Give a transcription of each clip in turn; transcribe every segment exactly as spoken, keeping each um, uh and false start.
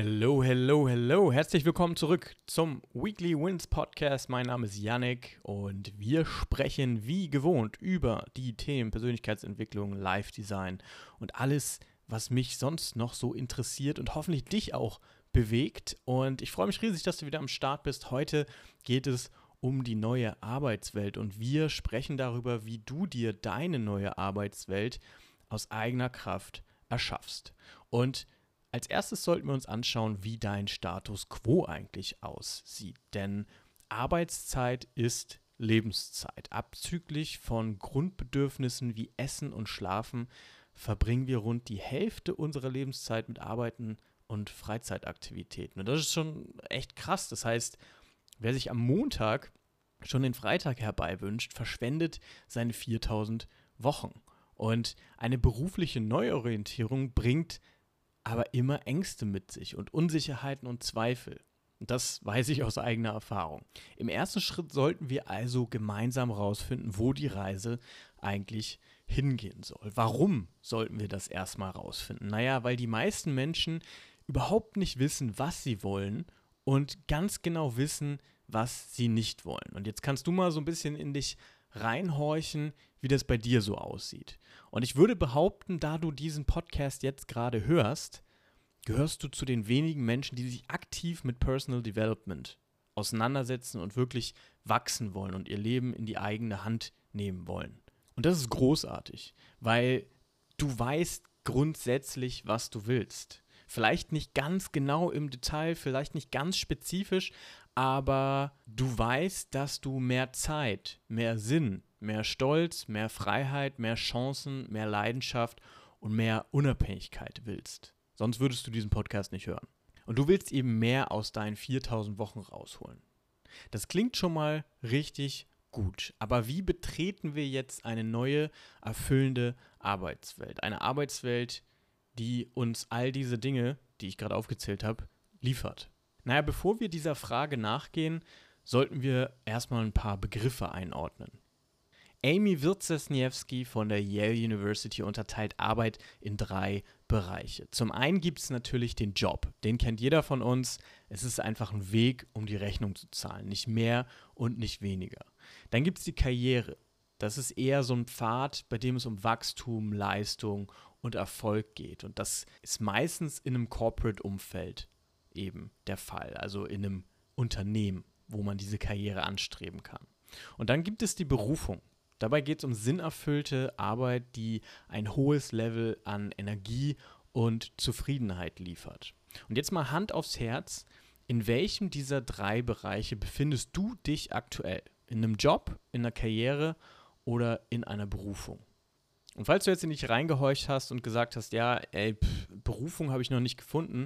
Hello, hello, hello. Herzlich willkommen zurück zum Weekly Wins Podcast. Mein Name ist Yannick und wir sprechen wie gewohnt über die Themen Persönlichkeitsentwicklung, Live-Design und alles, was mich sonst noch so interessiert und hoffentlich dich auch bewegt. Und ich freue mich riesig, dass du wieder am Start bist. Heute geht es um die neue Arbeitswelt und wir sprechen darüber, wie du dir deine neue Arbeitswelt aus eigener Kraft erschaffst. Und als erstes sollten wir uns anschauen, wie dein Status quo eigentlich aussieht. Denn Arbeitszeit ist Lebenszeit. Abzüglich von Grundbedürfnissen wie Essen und Schlafen verbringen wir rund die Hälfte unserer Lebenszeit mit Arbeiten und Freizeitaktivitäten. Und das ist schon echt krass. Das heißt, wer sich am Montag schon den Freitag herbeiwünscht, verschwendet seine viertausend Wochen. Und eine berufliche Neuorientierung bringt aber immer Ängste mit sich und Unsicherheiten und Zweifel. Und das weiß ich aus eigener Erfahrung. Im ersten Schritt sollten wir also gemeinsam herausfinden, wo die Reise eigentlich hingehen soll. Warum sollten wir das erstmal herausfinden? Naja, weil die meisten Menschen überhaupt nicht wissen, was sie wollen und ganz genau wissen, was sie nicht wollen. Und jetzt kannst du mal so ein bisschen in dich reinhorchen, wie das bei dir so aussieht. Und ich würde behaupten, da du diesen Podcast jetzt gerade hörst, gehörst du zu den wenigen Menschen, die sich aktiv mit Personal Development auseinandersetzen und wirklich wachsen wollen und ihr Leben in die eigene Hand nehmen wollen. Und das ist großartig, weil du weißt grundsätzlich, was du willst. Vielleicht nicht ganz genau im Detail, vielleicht nicht ganz spezifisch, aber du weißt, dass du mehr Zeit, mehr Sinn, mehr Stolz, mehr Freiheit, mehr Chancen, mehr Leidenschaft und mehr Unabhängigkeit willst. Sonst würdest du diesen Podcast nicht hören. Und du willst eben mehr aus deinen viertausend Wochen rausholen. Das klingt schon mal richtig gut. Aber wie betreten wir jetzt eine neue, erfüllende Arbeitswelt? Eine Arbeitswelt, die uns all diese Dinge, die ich gerade aufgezählt habe, liefert. Naja, bevor wir dieser Frage nachgehen, sollten wir erstmal ein paar Begriffe einordnen. Amy Wierzesniewski von der Yale University unterteilt Arbeit in drei Bereiche. Zum einen gibt es natürlich den Job, den kennt jeder von uns. Es ist einfach ein Weg, um die Rechnung zu zahlen, nicht mehr und nicht weniger. Dann gibt es die Karriere. Das ist eher so ein Pfad, bei dem es um Wachstum, Leistung und Erfolg geht. Und das ist meistens in einem Corporate-Umfeld eben der Fall, also in einem Unternehmen, wo man diese Karriere anstreben kann. Und dann gibt es die Berufung. Dabei geht es um sinnerfüllte Arbeit, die ein hohes Level an Energie und Zufriedenheit liefert. Und jetzt mal Hand aufs Herz, in welchem dieser drei Bereiche befindest du dich aktuell? In einem Job, in einer Karriere oder in einer Berufung? Und falls du jetzt nicht reingehorcht hast und gesagt hast, ja, ey, pff, Berufung habe ich noch nicht gefunden,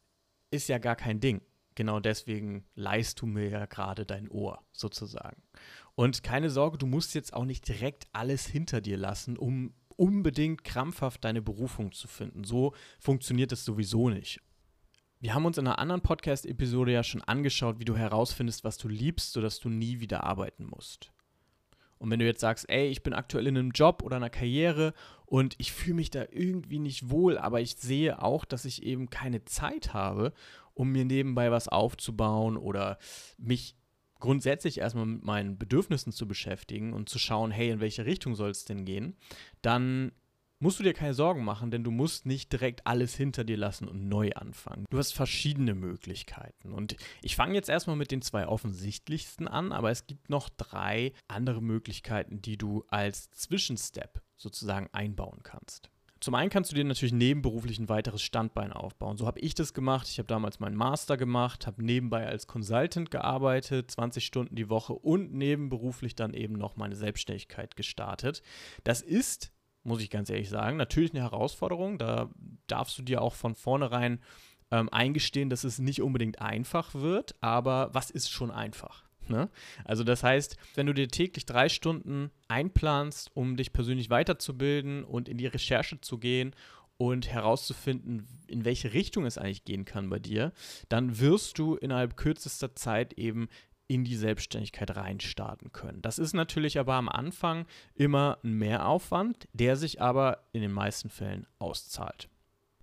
ist ja gar kein Ding. Genau deswegen leihst du mir ja gerade dein Ohr, sozusagen. Und keine Sorge, du musst jetzt auch nicht direkt alles hinter dir lassen, um unbedingt krampfhaft deine Berufung zu finden. So funktioniert es sowieso nicht. Wir haben uns in einer anderen Podcast-Episode ja schon angeschaut, wie du herausfindest, was du liebst, sodass du nie wieder arbeiten musst. Und wenn du jetzt sagst, ey, ich bin aktuell in einem Job oder einer Karriere und ich fühle mich da irgendwie nicht wohl, aber ich sehe auch, dass ich eben keine Zeit habe, um mir nebenbei was aufzubauen oder mich grundsätzlich erstmal mit meinen Bedürfnissen zu beschäftigen und zu schauen, hey, in welche Richtung soll es denn gehen, dann musst du dir keine Sorgen machen, denn du musst nicht direkt alles hinter dir lassen und neu anfangen. Du hast verschiedene Möglichkeiten und ich fange jetzt erstmal mit den zwei offensichtlichsten an, aber es gibt noch drei andere Möglichkeiten, die du als Zwischenstep sozusagen einbauen kannst. Zum einen kannst du dir natürlich nebenberuflich ein weiteres Standbein aufbauen. So habe ich das gemacht. Ich habe damals meinen Master gemacht, habe nebenbei als Consultant gearbeitet, zwanzig Stunden die Woche und nebenberuflich dann eben noch meine Selbstständigkeit gestartet. Das ist, muss ich ganz ehrlich sagen, natürlich eine Herausforderung. Da darfst du dir auch von vornherein ähm, eingestehen, dass es nicht unbedingt einfach wird, aber was ist schon einfach? Ne? Also das heißt, wenn du dir täglich drei Stunden einplanst, um dich persönlich weiterzubilden und in die Recherche zu gehen und herauszufinden, in welche Richtung es eigentlich gehen kann bei dir, dann wirst du innerhalb kürzester Zeit eben in die Selbstständigkeit reinstarten können. Das ist natürlich aber am Anfang immer ein Mehraufwand, der sich aber in den meisten Fällen auszahlt.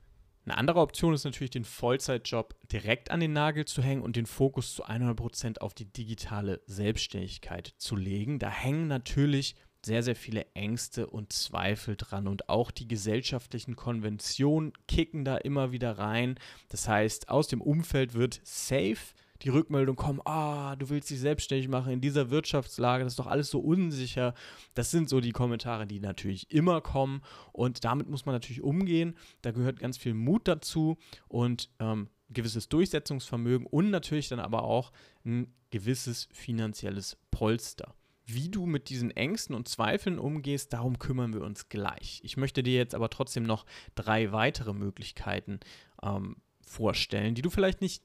Eine andere Option ist natürlich, den Vollzeitjob direkt an den Nagel zu hängen und den Fokus zu hundert Prozent auf die digitale Selbstständigkeit zu legen. Da hängen natürlich sehr, sehr viele Ängste und Zweifel dran und auch die gesellschaftlichen Konventionen kicken da immer wieder rein. Das heißt, aus dem Umfeld wird safe die Rückmeldung kommen, ah, du willst dich selbstständig machen in dieser Wirtschaftslage, das ist doch alles so unsicher. Das sind so die Kommentare, die natürlich immer kommen und damit muss man natürlich umgehen. Da gehört ganz viel Mut dazu und ähm, gewisses Durchsetzungsvermögen und natürlich dann aber auch ein gewisses finanzielles Polster. Wie du mit diesen Ängsten und Zweifeln umgehst, darum kümmern wir uns gleich. Ich möchte dir jetzt aber trotzdem noch drei weitere Möglichkeiten ähm, vorstellen, die du vielleicht nicht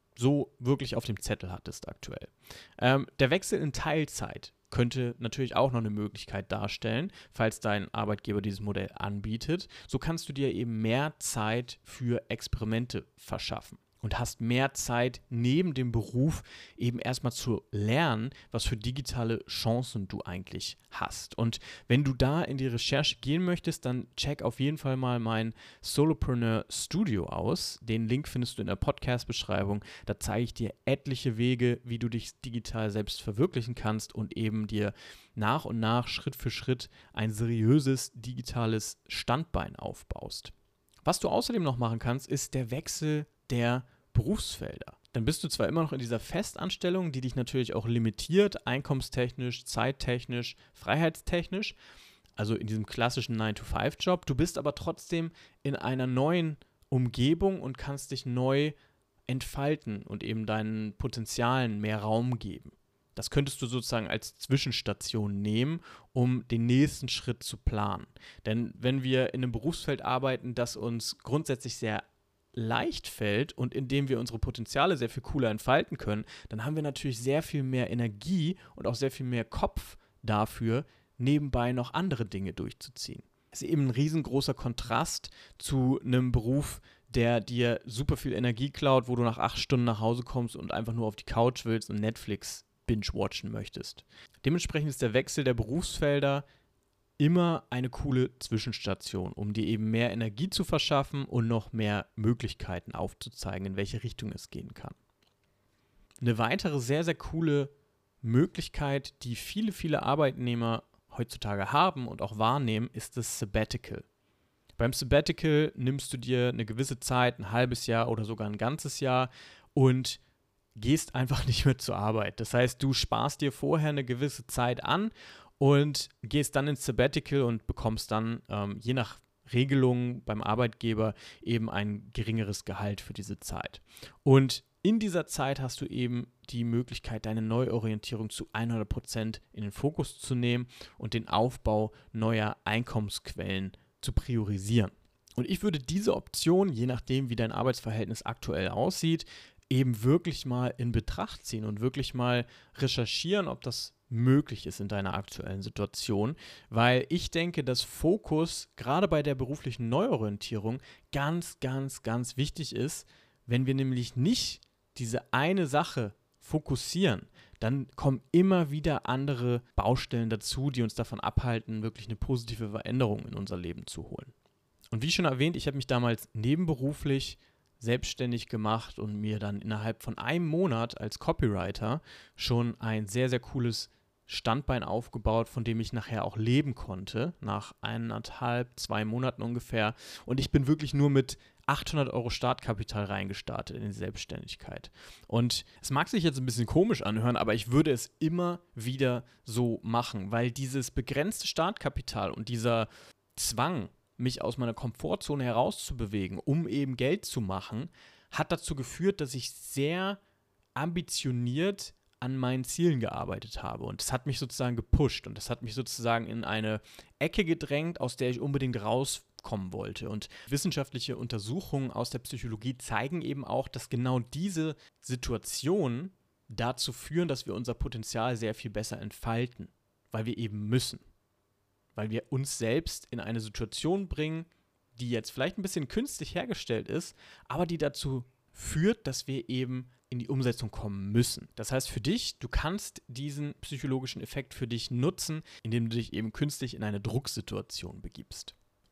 so wirklich auf dem Zettel hattest aktuell. Ähm, der Wechsel in Teilzeit könnte natürlich auch noch eine Möglichkeit darstellen, falls dein Arbeitgeber dieses Modell anbietet. So kannst du dir eben mehr Zeit für Experimente verschaffen und hast mehr Zeit neben dem Beruf eben erstmal zu lernen, was für digitale Chancen du eigentlich hast. Und wenn du da in die Recherche gehen möchtest, dann check auf jeden Fall mal mein Solopreneur Studio aus. Den Link findest du in der Podcast-Beschreibung. Da zeige ich dir etliche Wege, wie du dich digital selbst verwirklichen kannst und eben dir nach und nach, Schritt für Schritt, ein seriöses digitales Standbein aufbaust. Was du außerdem noch machen kannst, ist der Wechsel der Berufsfelder. Dann bist du zwar immer noch in dieser Festanstellung, die dich natürlich auch limitiert, einkommenstechnisch, zeittechnisch, freiheitstechnisch, also in diesem klassischen nine to five Job. Du bist aber trotzdem in einer neuen Umgebung und kannst dich neu entfalten und eben deinen Potenzialen mehr Raum geben. Das könntest du sozusagen als Zwischenstation nehmen, um den nächsten Schritt zu planen. Denn wenn wir in einem Berufsfeld arbeiten, das uns grundsätzlich sehr leicht fällt und in dem wir unsere Potenziale sehr viel cooler entfalten können, dann haben wir natürlich sehr viel mehr Energie und auch sehr viel mehr Kopf dafür, nebenbei noch andere Dinge durchzuziehen. Das ist eben ein riesengroßer Kontrast zu einem Beruf, der dir super viel Energie klaut, wo du nach acht Stunden nach Hause kommst und einfach nur auf die Couch willst und Netflix binge-watchen möchtest. Dementsprechend ist der Wechsel der Berufsfelder immer eine coole Zwischenstation, um dir eben mehr Energie zu verschaffen und noch mehr Möglichkeiten aufzuzeigen, in welche Richtung es gehen kann. Eine weitere sehr, sehr coole Möglichkeit, die viele, viele Arbeitnehmer heutzutage haben und auch wahrnehmen, ist das Sabbatical. Beim Sabbatical nimmst du dir eine gewisse Zeit, ein halbes Jahr oder sogar ein ganzes Jahr und gehst einfach nicht mehr zur Arbeit. Das heißt, du sparst dir vorher eine gewisse Zeit an und gehst dann ins Sabbatical und bekommst dann, ähm, je nach Regelung beim Arbeitgeber, eben ein geringeres Gehalt für diese Zeit. Und in dieser Zeit hast du eben die Möglichkeit, deine Neuorientierung zu hundert Prozent in den Fokus zu nehmen und den Aufbau neuer Einkommensquellen zu priorisieren. Und ich würde diese Option, je nachdem, wie dein Arbeitsverhältnis aktuell aussieht, eben wirklich mal in Betracht ziehen und wirklich mal recherchieren, ob das möglich ist in deiner aktuellen Situation, weil ich denke, dass Fokus gerade bei der beruflichen Neuorientierung ganz, ganz, ganz wichtig ist. Wenn wir nämlich nicht diese eine Sache fokussieren, dann kommen immer wieder andere Baustellen dazu, die uns davon abhalten, wirklich eine positive Veränderung in unser Leben zu holen. Und wie schon erwähnt, ich habe mich damals nebenberuflich selbstständig gemacht und mir dann innerhalb von einem Monat als Copywriter schon ein sehr, sehr cooles Standbein aufgebaut, von dem ich nachher auch leben konnte, nach eineinhalb, zwei Monaten ungefähr. Und ich bin wirklich nur mit achthundert Euro Startkapital reingestartet in die Selbstständigkeit. Und es mag sich jetzt ein bisschen komisch anhören, aber ich würde es immer wieder so machen, weil dieses begrenzte Startkapital und dieser Zwang, mich aus meiner Komfortzone herauszubewegen, um eben Geld zu machen, hat dazu geführt, dass ich sehr ambitioniert an meinen Zielen gearbeitet habe. Und das hat mich sozusagen gepusht und das hat mich sozusagen in eine Ecke gedrängt, aus der ich unbedingt rauskommen wollte. Und wissenschaftliche Untersuchungen aus der Psychologie zeigen eben auch, dass genau diese Situationen dazu führen, dass wir unser Potenzial sehr viel besser entfalten, weil wir eben müssen. Weil wir uns selbst in eine Situation bringen, die jetzt vielleicht ein bisschen künstlich hergestellt ist, aber die dazu führt, dass wir eben in die Umsetzung kommen müssen. Das heißt für dich, du kannst diesen psychologischen Effekt für dich nutzen, indem du dich eben künstlich in eine Drucksituation begibst.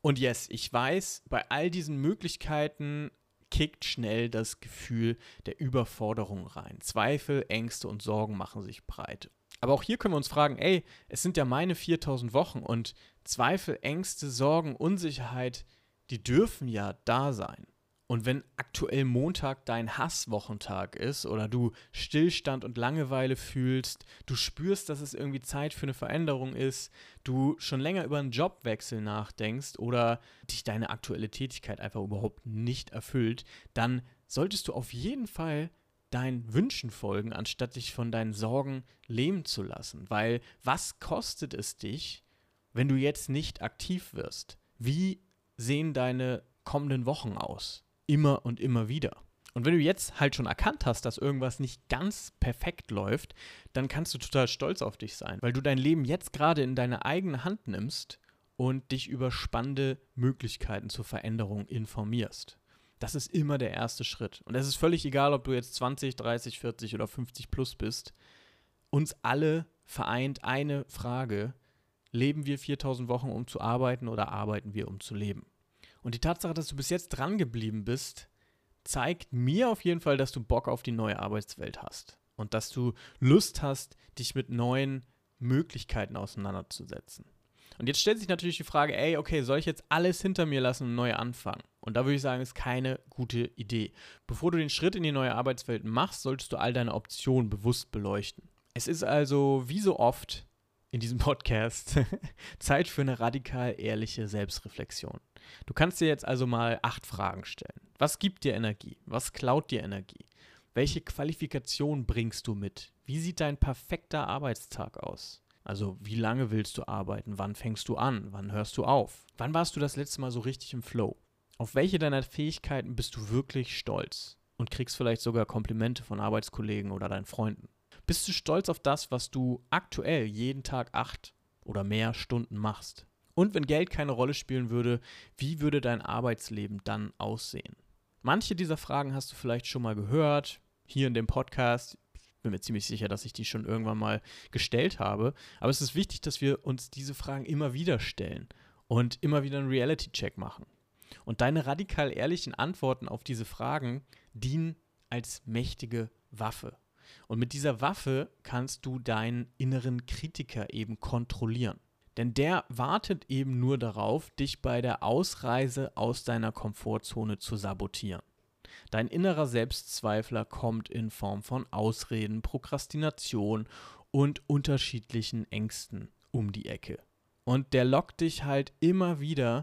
Und yes, ich weiß, bei all diesen Möglichkeiten kickt schnell das Gefühl der Überforderung rein. Zweifel, Ängste und Sorgen machen sich breit. Aber auch hier können wir uns fragen, ey, es sind ja meine viertausend Wochen und Zweifel, Ängste, Sorgen, Unsicherheit, die dürfen ja da sein. Und wenn aktuell Montag dein Hasswochentag ist oder du Stillstand und Langeweile fühlst, du spürst, dass es irgendwie Zeit für eine Veränderung ist, du schon länger über einen Jobwechsel nachdenkst oder dich deine aktuelle Tätigkeit einfach überhaupt nicht erfüllt, dann solltest du auf jeden Fall deinen Wünschen folgen, anstatt dich von deinen Sorgen lähmen zu lassen. Weil was kostet es dich, wenn du jetzt nicht aktiv wirst? Wie sehen deine kommenden Wochen aus? Immer und immer wieder. Und wenn du jetzt halt schon erkannt hast, dass irgendwas nicht ganz perfekt läuft, dann kannst du total stolz auf dich sein, weil du dein Leben jetzt gerade in deine eigene Hand nimmst und dich über spannende Möglichkeiten zur Veränderung informierst. Das ist immer der erste Schritt. Und es ist völlig egal, ob du jetzt zwanzig, dreißig, vierzig oder fünfzig plus bist. Uns alle vereint eine Frage: Leben wir viertausend Wochen, um zu arbeiten, oder arbeiten wir, um zu leben? Und die Tatsache, dass du bis jetzt dran geblieben bist, zeigt mir auf jeden Fall, dass du Bock auf die neue Arbeitswelt hast und dass du Lust hast, dich mit neuen Möglichkeiten auseinanderzusetzen. Und jetzt stellt sich natürlich die Frage, ey, okay, soll ich jetzt alles hinter mir lassen und neu anfangen? Und da würde ich sagen, ist keine gute Idee. Bevor du den Schritt in die neue Arbeitswelt machst, solltest du all deine Optionen bewusst beleuchten. Es ist also, wie so oft in diesem Podcast, Zeit für eine radikal ehrliche Selbstreflexion. Du kannst dir jetzt also mal acht Fragen stellen. Was gibt dir Energie? Was klaut dir Energie? Welche Qualifikation bringst du mit? Wie sieht dein perfekter Arbeitstag aus? Also, wie lange willst du arbeiten? Wann fängst du an? Wann hörst du auf? Wann warst du das letzte Mal so richtig im Flow? Auf welche deiner Fähigkeiten bist du wirklich stolz? Und kriegst vielleicht sogar Komplimente von Arbeitskollegen oder deinen Freunden? Bist du stolz auf das, was du aktuell jeden Tag acht oder mehr Stunden machst? Und wenn Geld keine Rolle spielen würde, wie würde dein Arbeitsleben dann aussehen? Manche dieser Fragen hast du vielleicht schon mal gehört, hier in dem Podcast. Ich bin mir ziemlich sicher, dass ich die schon irgendwann mal gestellt habe. Aber es ist wichtig, dass wir uns diese Fragen immer wieder stellen und immer wieder einen Reality-Check machen. Und deine radikal ehrlichen Antworten auf diese Fragen dienen als mächtige Waffe. Und mit dieser Waffe kannst du deinen inneren Kritiker eben kontrollieren. Denn der wartet eben nur darauf, dich bei der Ausreise aus deiner Komfortzone zu sabotieren. Dein innerer Selbstzweifler kommt in Form von Ausreden, Prokrastination und unterschiedlichen Ängsten um die Ecke. Und der lockt dich halt immer wieder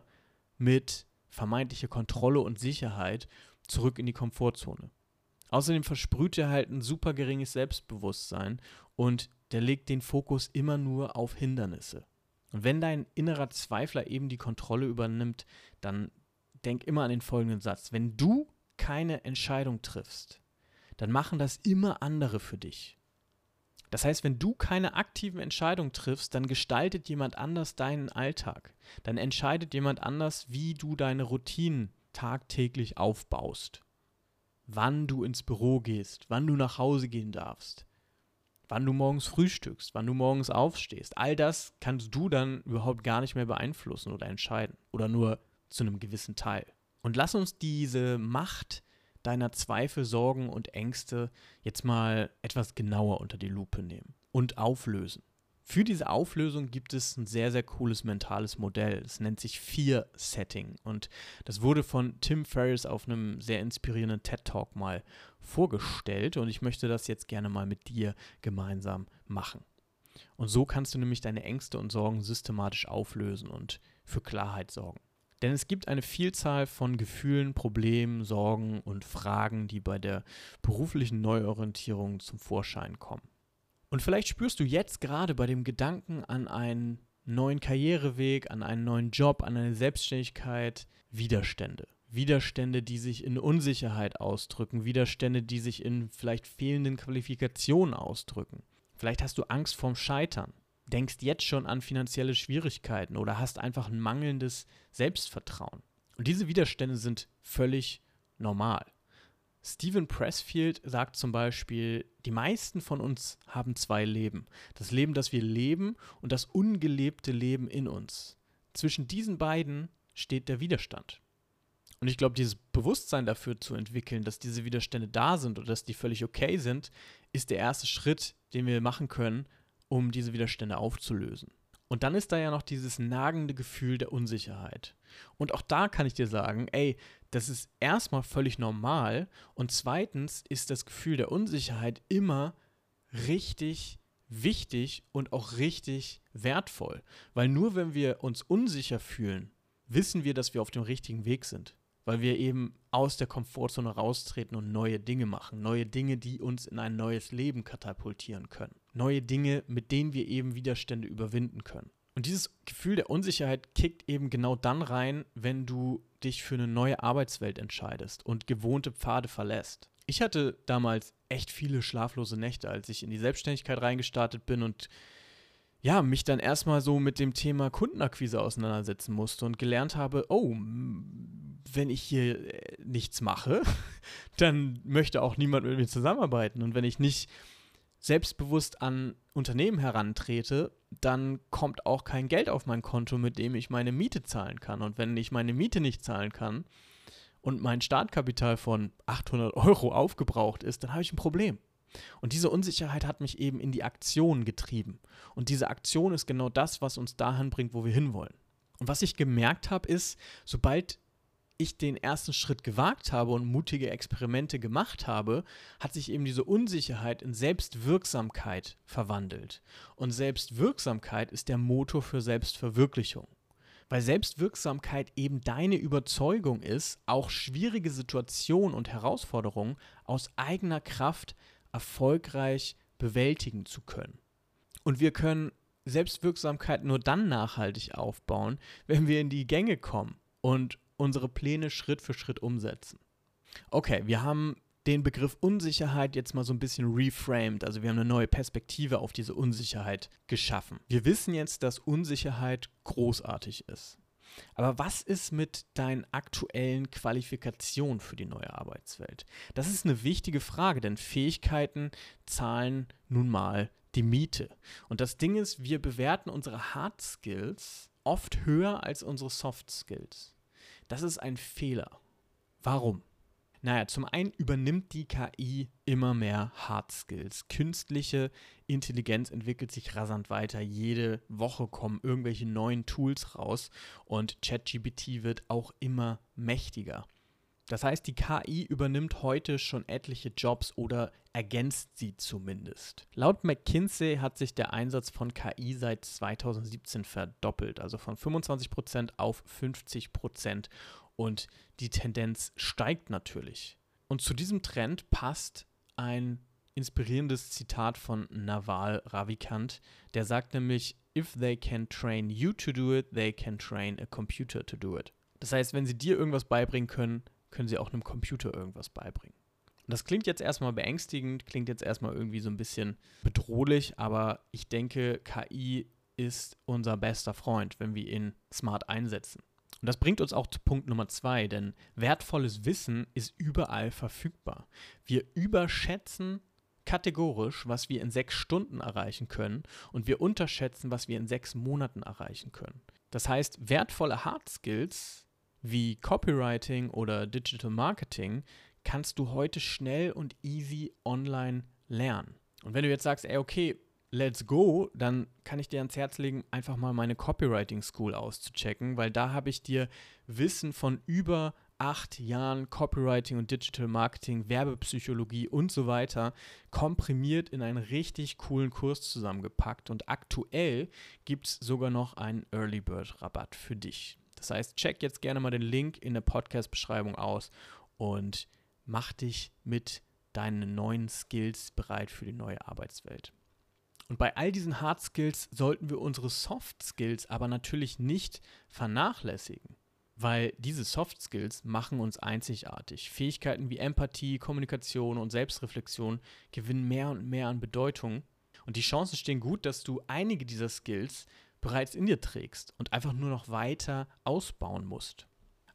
mit vermeintlicher Kontrolle und Sicherheit zurück in die Komfortzone. Außerdem versprüht er halt ein super geringes Selbstbewusstsein und der legt den Fokus immer nur auf Hindernisse. Und wenn dein innerer Zweifler eben die Kontrolle übernimmt, dann denk immer an den folgenden Satz: Wenn du keine Entscheidung triffst, dann machen das immer andere für dich. Das heißt, wenn du keine aktiven Entscheidungen triffst, dann gestaltet jemand anders deinen Alltag. Dann entscheidet jemand anders, wie du deine Routinen tagtäglich aufbaust. Wann du ins Büro gehst, wann du nach Hause gehen darfst, wann du morgens frühstückst, wann du morgens aufstehst. All das kannst du dann überhaupt gar nicht mehr beeinflussen oder entscheiden. Oder nur zu einem gewissen Teil. Und lass uns diese Macht deiner Zweifel, Sorgen und Ängste jetzt mal etwas genauer unter die Lupe nehmen und auflösen. Für diese Auflösung gibt es ein sehr, sehr cooles mentales Modell. Es nennt sich Fear-Setting und das wurde von Tim Ferriss auf einem sehr inspirierenden TED-Talk mal vorgestellt und ich möchte das jetzt gerne mal mit dir gemeinsam machen. Und so kannst du nämlich deine Ängste und Sorgen systematisch auflösen und für Klarheit sorgen. Denn es gibt eine Vielzahl von Gefühlen, Problemen, Sorgen und Fragen, die bei der beruflichen Neuorientierung zum Vorschein kommen. Und vielleicht spürst du jetzt gerade bei dem Gedanken an einen neuen Karriereweg, an einen neuen Job, an eine Selbstständigkeit Widerstände. Widerstände, die sich in Unsicherheit ausdrücken, Widerstände, die sich in vielleicht fehlenden Qualifikationen ausdrücken. Vielleicht hast du Angst vorm Scheitern, denkst jetzt schon an finanzielle Schwierigkeiten oder hast einfach ein mangelndes Selbstvertrauen. Und diese Widerstände sind völlig normal. Steven Pressfield sagt zum Beispiel, die meisten von uns haben zwei Leben. Das Leben, das wir leben und das ungelebte Leben in uns. Zwischen diesen beiden steht der Widerstand. Und ich glaube, dieses Bewusstsein dafür zu entwickeln, dass diese Widerstände da sind oder dass die völlig okay sind, ist der erste Schritt, den wir machen können, um diese Widerstände aufzulösen. Und dann ist da ja noch dieses nagende Gefühl der Unsicherheit. Und auch da kann ich dir sagen, ey, das ist erstmal völlig normal und zweitens ist das Gefühl der Unsicherheit immer richtig wichtig und auch richtig wertvoll. Weil nur wenn wir uns unsicher fühlen, wissen wir, dass wir auf dem richtigen Weg sind. Weil wir eben aus der Komfortzone raustreten und neue Dinge machen. Neue Dinge, die uns in ein neues Leben katapultieren können. Neue Dinge, mit denen wir eben Widerstände überwinden können. Und dieses Gefühl der Unsicherheit kickt eben genau dann rein, wenn du dich für eine neue Arbeitswelt entscheidest und gewohnte Pfade verlässt. Ich hatte damals echt viele schlaflose Nächte, als ich in die Selbstständigkeit reingestartet bin und ja, mich dann erstmal so mit dem Thema Kundenakquise auseinandersetzen musste und gelernt habe, oh, wenn ich hier nichts mache, dann möchte auch niemand mit mir zusammenarbeiten. Und wenn ich nicht selbstbewusst an Unternehmen herantrete, dann kommt auch kein Geld auf mein Konto, mit dem ich meine Miete zahlen kann. Und wenn ich meine Miete nicht zahlen kann und mein Startkapital von achthundert Euro aufgebraucht ist, dann habe ich ein Problem. Und diese Unsicherheit hat mich eben in die Aktion getrieben. Und diese Aktion ist genau das, was uns dahin bringt, wo wir hinwollen. Und was ich gemerkt habe, ist, sobald ich den ersten Schritt gewagt habe und mutige Experimente gemacht habe, hat sich eben diese Unsicherheit in Selbstwirksamkeit verwandelt. Und Selbstwirksamkeit ist der Motor für Selbstverwirklichung. Weil Selbstwirksamkeit eben deine Überzeugung ist, auch schwierige Situationen und Herausforderungen aus eigener Kraft erfolgreich bewältigen zu können. Und wir können Selbstwirksamkeit nur dann nachhaltig aufbauen, wenn wir in die Gänge kommen und unsere Pläne Schritt für Schritt umsetzen. Okay, wir haben den Begriff Unsicherheit jetzt mal so ein bisschen reframed, also wir haben eine neue Perspektive auf diese Unsicherheit geschaffen. Wir wissen jetzt, dass Unsicherheit großartig ist. Aber was ist mit deinen aktuellen Qualifikationen für die neue Arbeitswelt? Das ist eine wichtige Frage, denn Fähigkeiten zahlen nun mal die Miete. Und das Ding ist, wir bewerten unsere Hard Skills oft höher als unsere Soft Skills. Das ist ein Fehler. Warum? Naja, zum einen übernimmt die K I immer mehr Hard Skills. Künstliche Intelligenz entwickelt sich rasant weiter. Jede Woche kommen irgendwelche neuen Tools raus und ChatGPT wird auch immer mächtiger. Das heißt, die K I übernimmt heute schon etliche Jobs oder ergänzt sie zumindest. Laut McKinsey hat sich der Einsatz von K I seit zweitausendsiebzehn verdoppelt, also von fünfundzwanzig Prozent auf fünfzig Prozent. Und die Tendenz steigt natürlich. Und zu diesem Trend passt ein inspirierendes Zitat von Naval Ravikant, der sagt nämlich, if they can train you to do it, they can train a computer to do it. Das heißt, wenn sie dir irgendwas beibringen können, können sie auch einem Computer irgendwas beibringen. Und das klingt jetzt erstmal beängstigend, klingt jetzt erstmal irgendwie so ein bisschen bedrohlich, aber ich denke, K I ist unser bester Freund, wenn wir ihn smart einsetzen. Und das bringt uns auch zu Punkt Nummer zwei, denn wertvolles Wissen ist überall verfügbar. Wir überschätzen kategorisch, was wir in sechs Stunden erreichen können und wir unterschätzen, was wir in sechs Monaten erreichen können. Das heißt, wertvolle Hard Skills wie Copywriting oder Digital Marketing kannst du heute schnell und easy online lernen. Und wenn du jetzt sagst, ey, okay, let's go, dann kann ich dir ans Herz legen, einfach mal meine Copywriting School auszuchecken, weil da habe ich dir Wissen von über acht Jahren Copywriting und Digital Marketing, Werbepsychologie und so weiter komprimiert in einen richtig coolen Kurs zusammengepackt und aktuell gibt es sogar noch einen Early Bird Rabatt für dich. Das heißt, check jetzt gerne mal den Link in der Podcast-Beschreibung aus und mach dich mit deinen neuen Skills bereit für die neue Arbeitswelt. Und bei all diesen Hard Skills sollten wir unsere Soft Skills aber natürlich nicht vernachlässigen, weil diese Soft Skills machen uns einzigartig. Fähigkeiten wie Empathie, Kommunikation und Selbstreflexion gewinnen mehr und mehr an Bedeutung und die Chancen stehen gut, dass du einige dieser Skills bereits in dir trägst und einfach nur noch weiter ausbauen musst.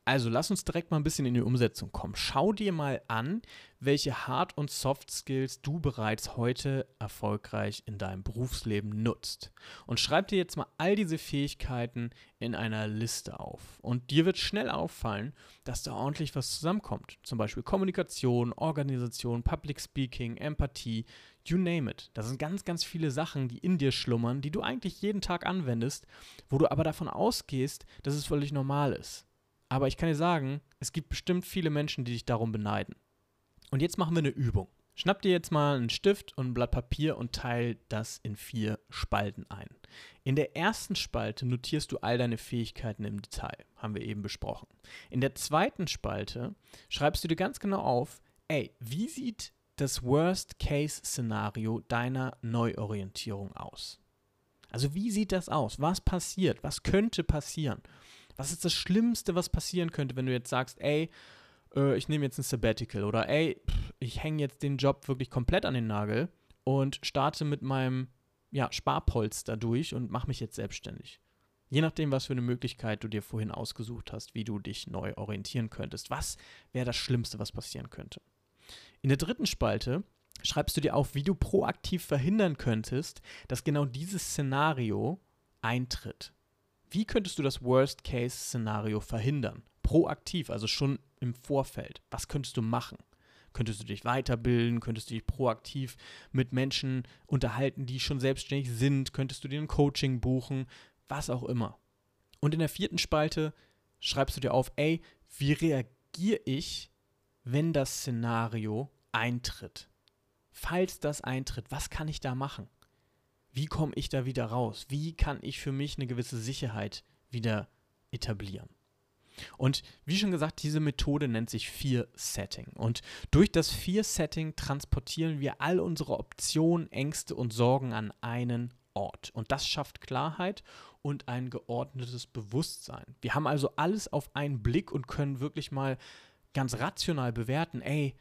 Also lass uns direkt mal ein bisschen in die Umsetzung kommen. Schau dir mal an, welche Hard- und Soft-Skills du bereits heute erfolgreich in deinem Berufsleben nutzt. Und schreib dir jetzt mal all diese Fähigkeiten in einer Liste auf. Und dir wird schnell auffallen, dass da ordentlich was zusammenkommt. Zum Beispiel Kommunikation, Organisation, Public Speaking, Empathie, you name it. Das sind ganz, ganz viele Sachen, die in dir schlummern, die du eigentlich jeden Tag anwendest, wo du aber davon ausgehst, dass es völlig normal ist. Aber ich kann dir sagen, es gibt bestimmt viele Menschen, die dich darum beneiden. Und jetzt machen wir eine Übung. Schnapp dir jetzt mal einen Stift und ein Blatt Papier und teil das in vier Spalten ein. In der ersten Spalte notierst du all deine Fähigkeiten im Detail, haben wir eben besprochen. In der zweiten Spalte schreibst du dir ganz genau auf, ey, wie sieht das Worst-Case-Szenario deiner Neuorientierung aus? Also wie sieht das aus? Was passiert? Was könnte passieren? Was ist das Schlimmste, was passieren könnte, wenn du jetzt sagst, ey, äh, ich nehme jetzt ein Sabbatical oder ey, pff, ich hänge jetzt den Job wirklich komplett an den Nagel und starte mit meinem ja, Sparpolster durch und mache mich jetzt selbstständig. Je nachdem, was für eine Möglichkeit du dir vorhin ausgesucht hast, wie du dich neu orientieren könntest. Was wäre das Schlimmste, was passieren könnte? In der dritten Spalte schreibst du dir auf, wie du proaktiv verhindern könntest, dass genau dieses Szenario eintritt. Wie könntest du das Worst-Case-Szenario verhindern? Proaktiv, also schon im Vorfeld. Was könntest du machen? Könntest du dich weiterbilden? Könntest du dich proaktiv mit Menschen unterhalten, die schon selbstständig sind? Könntest du dir ein Coaching buchen? Was auch immer. Und in der vierten Spalte schreibst du dir auf, ey, wie reagiere ich, wenn das Szenario eintritt? Falls das eintritt, was kann ich da machen? Wie komme ich da wieder raus? Wie kann ich für mich eine gewisse Sicherheit wieder etablieren? Und wie schon gesagt, diese Methode nennt sich Fear-Setting. Und durch das Fear-Setting transportieren wir all unsere Optionen, Ängste und Sorgen an einen Ort. Und das schafft Klarheit und ein geordnetes Bewusstsein. Wir haben also alles auf einen Blick und können wirklich mal ganz rational bewerten, ey,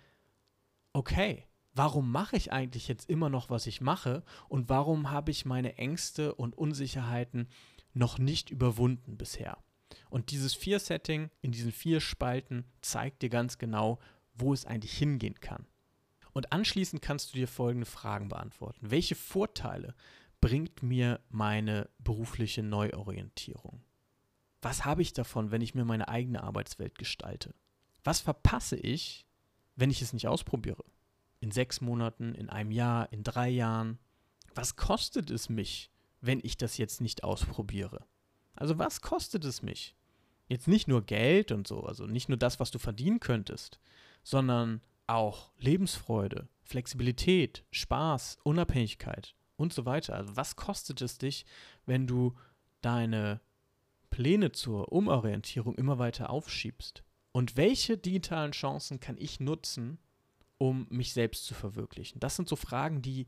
okay, warum mache ich eigentlich jetzt immer noch, was ich mache und warum habe ich meine Ängste und Unsicherheiten noch nicht überwunden bisher? Und dieses Fear-Setting in diesen vier Spalten zeigt dir ganz genau, wo es eigentlich hingehen kann. Und anschließend kannst du dir folgende Fragen beantworten. Welche Vorteile bringt mir meine berufliche Neuorientierung? Was habe ich davon, wenn ich mir meine eigene Arbeitswelt gestalte? Was verpasse ich, wenn ich es nicht ausprobiere? In sechs Monaten, in einem Jahr, in drei Jahren? Was kostet es mich, wenn ich das jetzt nicht ausprobiere? Also was kostet es mich? Jetzt nicht nur Geld und so, also nicht nur das, was du verdienen könntest, sondern auch Lebensfreude, Flexibilität, Spaß, Unabhängigkeit und so weiter. Also was kostet es dich, wenn du deine Pläne zur Umorientierung immer weiter aufschiebst? Und welche digitalen Chancen kann ich nutzen, um mich selbst zu verwirklichen? Das sind so Fragen, die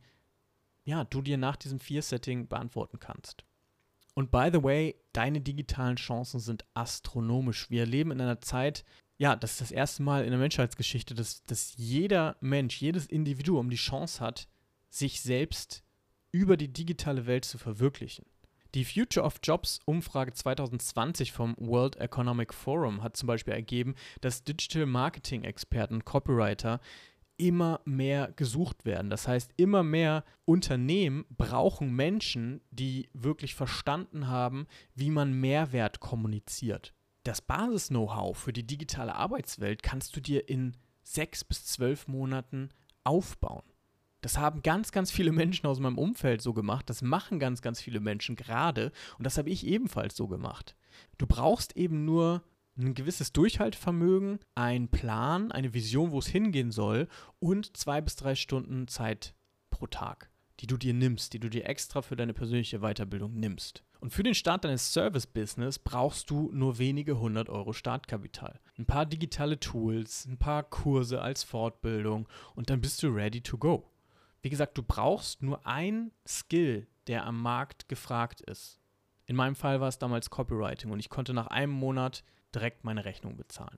ja, du dir nach diesem Fear-Setting beantworten kannst. Und by the way, deine digitalen Chancen sind astronomisch. Wir leben in einer Zeit, ja, das ist das erste Mal in der Menschheitsgeschichte, dass, dass jeder Mensch, jedes Individuum die Chance hat, sich selbst über die digitale Welt zu verwirklichen. Die Future of Jobs Umfrage zwanzig zwanzig vom World Economic Forum hat zum Beispiel ergeben, dass Digital Marketing Experten und Copywriter immer mehr gesucht werden. Das heißt, immer mehr Unternehmen brauchen Menschen, die wirklich verstanden haben, wie man Mehrwert kommuniziert. Das Basis-Know-how für die digitale Arbeitswelt kannst du dir in sechs bis zwölf Monaten aufbauen. Das haben ganz, ganz viele Menschen aus meinem Umfeld so gemacht. Das machen ganz, ganz viele Menschen gerade. Und das habe ich ebenfalls so gemacht. Du brauchst eben nur ein gewisses Durchhaltevermögen, einen Plan, eine Vision, wo es hingehen soll und zwei bis drei Stunden Zeit pro Tag, die du dir nimmst, die du dir extra für deine persönliche Weiterbildung nimmst. Und für den Start deines Service-Business brauchst du nur wenige hundert Euro Startkapital. Ein paar digitale Tools, ein paar Kurse als Fortbildung und dann bist du ready to go. Wie gesagt, du brauchst nur einen Skill, der am Markt gefragt ist. In meinem Fall war es damals Copywriting und ich konnte nach einem Monat direkt meine Rechnung bezahlen.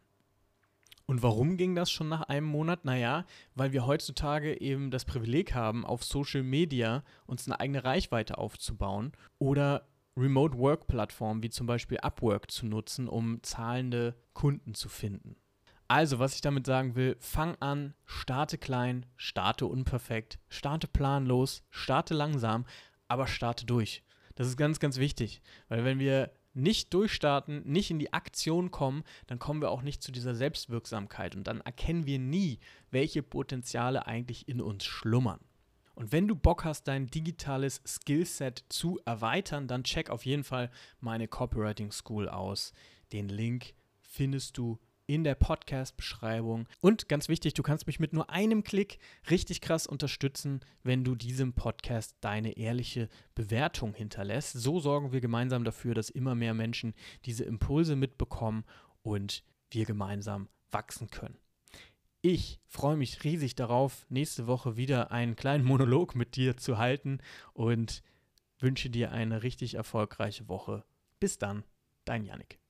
Und warum ging das schon nach einem Monat? Naja, weil wir heutzutage eben das Privileg haben, auf Social Media uns eine eigene Reichweite aufzubauen oder Remote-Work-Plattformen wie zum Beispiel Upwork zu nutzen, um zahlende Kunden zu finden. Also, was ich damit sagen will, fang an, starte klein, starte unperfekt, starte planlos, starte langsam, aber starte durch. Das ist ganz, ganz wichtig, weil wenn wir nicht durchstarten, nicht in die Aktion kommen, dann kommen wir auch nicht zu dieser Selbstwirksamkeit und dann erkennen wir nie, welche Potenziale eigentlich in uns schlummern. Und wenn du Bock hast, dein digitales Skillset zu erweitern, dann check auf jeden Fall meine Copywriting School aus. Den Link findest du in der Podcast-Beschreibung. Und ganz wichtig, du kannst mich mit nur einem Klick richtig krass unterstützen, wenn du diesem Podcast deine ehrliche Bewertung hinterlässt. So sorgen wir gemeinsam dafür, dass immer mehr Menschen diese Impulse mitbekommen und wir gemeinsam wachsen können. Ich freue mich riesig darauf, nächste Woche wieder einen kleinen Monolog mit dir zu halten und wünsche dir eine richtig erfolgreiche Woche. Bis dann, dein Yannick.